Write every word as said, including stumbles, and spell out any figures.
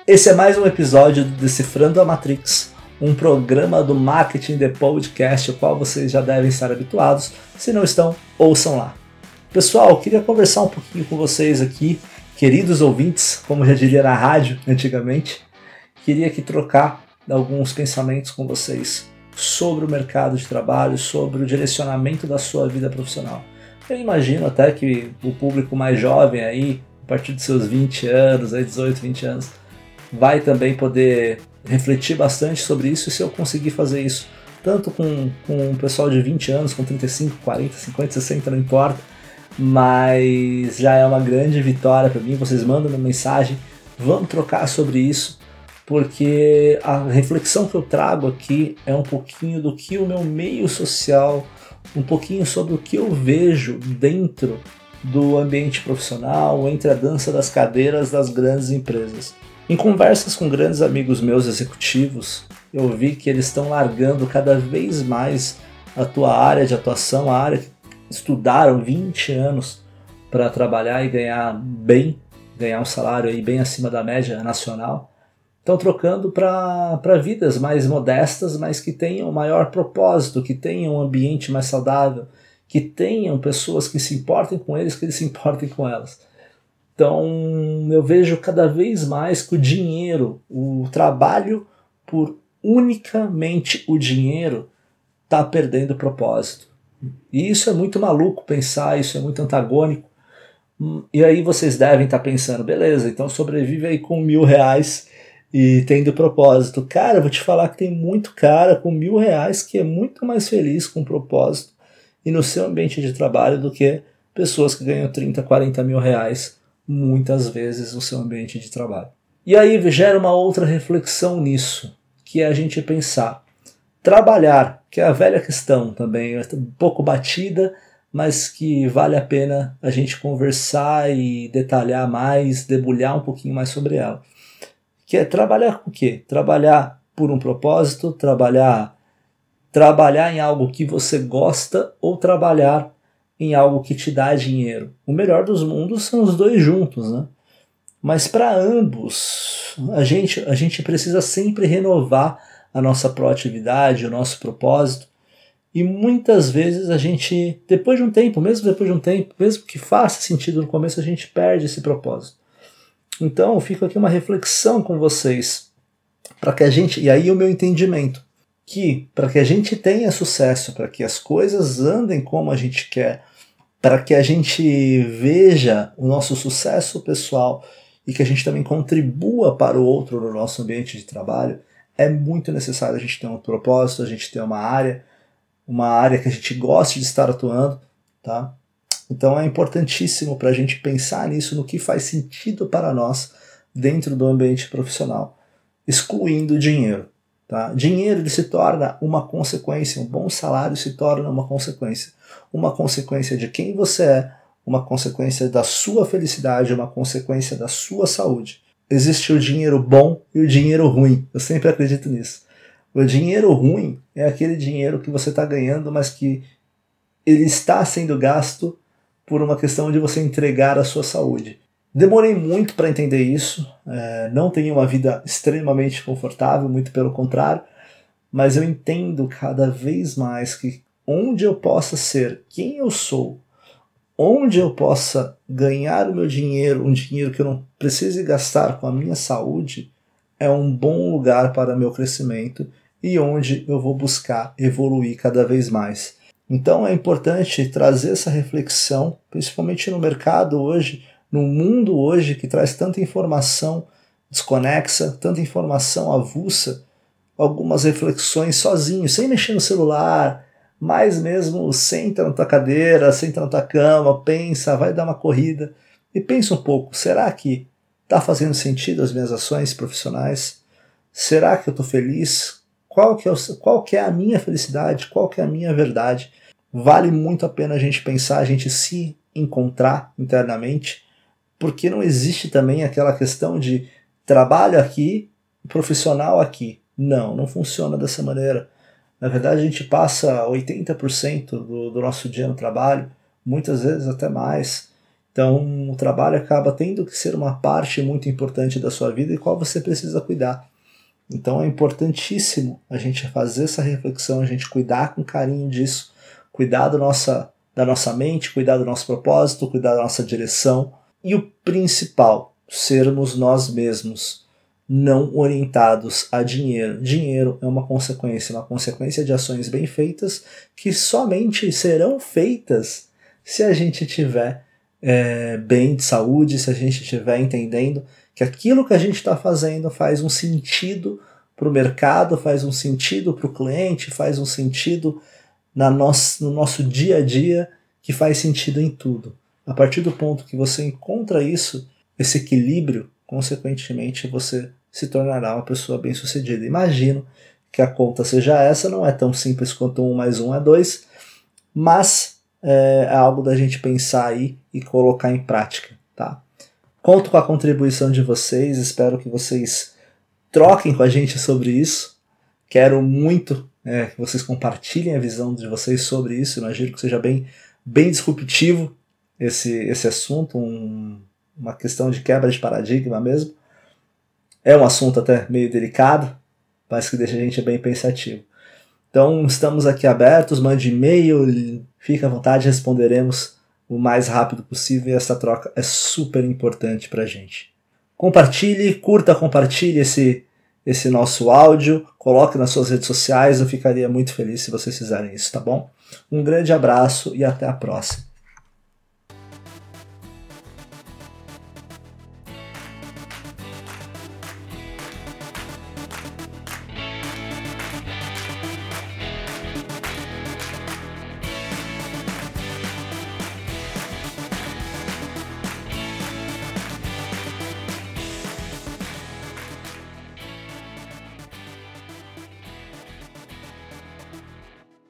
Esse é mais um episódio do Decifrando a Matrix, um programa do Marketing The Podcast, o qual vocês já devem estar habituados. Se não estão, ouçam lá. Pessoal, eu queria conversar um pouquinho com vocês aqui, queridos ouvintes, como já diria na rádio antigamente. Queria aqui trocar alguns pensamentos com vocês sobre o mercado de trabalho, sobre o direcionamento da sua vida profissional. Eu imagino até que o público mais jovem aí, a partir dos seus vinte anos, aí dezoito, vinte anos, vai também poder refletir bastante sobre isso, e se eu conseguir fazer isso tanto com, com o pessoal de vinte anos, com trinta e cinco, quarenta, cinquenta, sessenta, não importa, mas já é uma grande vitória para mim. Vocês mandam uma mensagem, vamos trocar sobre isso, porque a reflexão que eu trago aqui é um pouquinho do que o meu meio social, um pouquinho sobre o que eu vejo dentro do ambiente profissional, entre a dança das cadeiras das grandes empresas. Em conversas com grandes amigos meus executivos, eu vi que eles estão largando cada vez mais a tua área de atuação, a área que estudaram vinte anos para trabalhar e ganhar bem, ganhar um salário aí bem acima da média nacional. Estão trocando para vidas mais modestas, mas que tenham maior propósito, que tenham um ambiente mais saudável, que tenham pessoas que se importem com eles, que eles se importem com elas. Então eu vejo cada vez mais que o dinheiro, o trabalho por unicamente o dinheiro está perdendo propósito. E isso é muito maluco pensar, isso é muito antagônico. E aí vocês devem estar pensando, beleza, então sobrevive aí com mil reais e tendo propósito. Cara, eu vou te falar que tem muito cara com mil reais que é muito mais feliz com propósito e no seu ambiente de trabalho do que pessoas que ganham trinta, quarenta mil reais muitas vezes no seu ambiente de trabalho. E aí gera uma outra reflexão nisso, que é a gente pensar, trabalhar, que é a velha questão também, um pouco batida, mas que vale a pena a gente conversar e detalhar mais, debulhar um pouquinho mais sobre ela. Que é trabalhar com o quê? Trabalhar por um propósito, trabalhar, trabalhar em algo que você gosta ou trabalhar em algo que te dá dinheiro. O melhor dos mundos são os dois juntos, né? Mas para ambos, a gente, a gente precisa sempre renovar a nossa proatividade, o nosso propósito, e muitas vezes a gente, depois de um tempo, mesmo depois de um tempo, mesmo que faça sentido no começo, a gente perde esse propósito. Então, fica aqui uma reflexão com vocês, para que a gente, e aí o meu entendimento, que para que a gente tenha sucesso, para que as coisas andem como a gente quer, para que a gente veja o nosso sucesso pessoal e que a gente também contribua para o outro no nosso ambiente de trabalho, é muito necessário a gente ter um propósito, a gente ter uma área, uma área que a gente goste de estar atuando, tá? Então é importantíssimo para a gente pensar nisso, no que faz sentido para nós dentro do ambiente profissional, excluindo o dinheiro. Tá? Dinheiro ele se torna uma consequência, um bom salário se torna uma consequência. Uma consequência de quem você é, uma consequência da sua felicidade, uma consequência da sua saúde. Existe o dinheiro bom e o dinheiro ruim, eu sempre acredito nisso. O dinheiro ruim é aquele dinheiro que você está ganhando, mas que ele está sendo gasto por uma questão de você entregar a sua saúde. Demorei muito para entender isso, é, não tenho uma vida extremamente confortável, muito pelo contrário, mas eu entendo cada vez mais que onde eu possa ser quem eu sou, onde eu possa ganhar o meu dinheiro, um dinheiro que eu não precise gastar com a minha saúde, é um bom lugar para meu crescimento e onde eu vou buscar evoluir cada vez mais. Então é importante trazer essa reflexão, principalmente no mercado hoje, no mundo hoje que traz tanta informação desconexa, tanta informação avulsa, algumas reflexões sozinho, sem mexer no celular, mas mesmo senta na tua cadeira, senta na tua cama, pensa, vai dar uma corrida e pensa um pouco, será que está fazendo sentido as minhas ações profissionais? Será que eu estou feliz? Qual que, é o, qual que é a minha felicidade? Qual que é a minha verdade? Vale muito a pena a gente pensar, a gente se encontrar internamente, porque não existe também aquela questão de trabalho aqui, profissional aqui. Não, não funciona dessa maneira. Na verdade, a gente passa oitenta por cento do, do nosso dia no trabalho, muitas vezes até mais, Então o trabalho acaba tendo que ser uma parte muito importante da sua vida e qual você precisa cuidar. Então é importantíssimo a gente fazer essa reflexão, a gente cuidar com carinho disso, cuidar do nossa, da nossa mente, cuidar do nosso propósito, cuidar da nossa direção. E o principal, sermos nós mesmos, não orientados a dinheiro. Dinheiro é uma consequência, uma consequência de ações bem feitas que somente serão feitas se a gente tiver é, bem de saúde, se a gente estiver entendendo que aquilo que a gente está fazendo faz um sentido para o mercado, faz um sentido para o cliente, faz um sentido na nosso, no nosso dia a dia, que faz sentido em tudo. A partir do ponto que você encontra isso, esse equilíbrio, consequentemente você se tornará uma pessoa bem-sucedida. Imagino que a conta seja essa, não é tão simples quanto um mais um é dois, mas é, é algo da gente pensar aí e colocar em prática, tá? Conto com a contribuição de vocês, espero que vocês troquem com a gente sobre isso. Quero muito é, que vocês compartilhem a visão de vocês sobre isso. Imagino que seja bem, bem disruptivo esse, esse assunto, um, uma questão de quebra de paradigma mesmo. É um assunto até meio delicado, mas que deixa a gente bem pensativo. Então estamos aqui abertos, mande e-mail, fique à vontade, responderemos o mais rápido possível e essa troca é super importante pra gente. Compartilhe, curta, compartilhe esse, esse nosso áudio, coloque nas suas redes sociais, eu ficaria muito feliz se vocês fizerem isso, tá bom? Um grande abraço e até a próxima.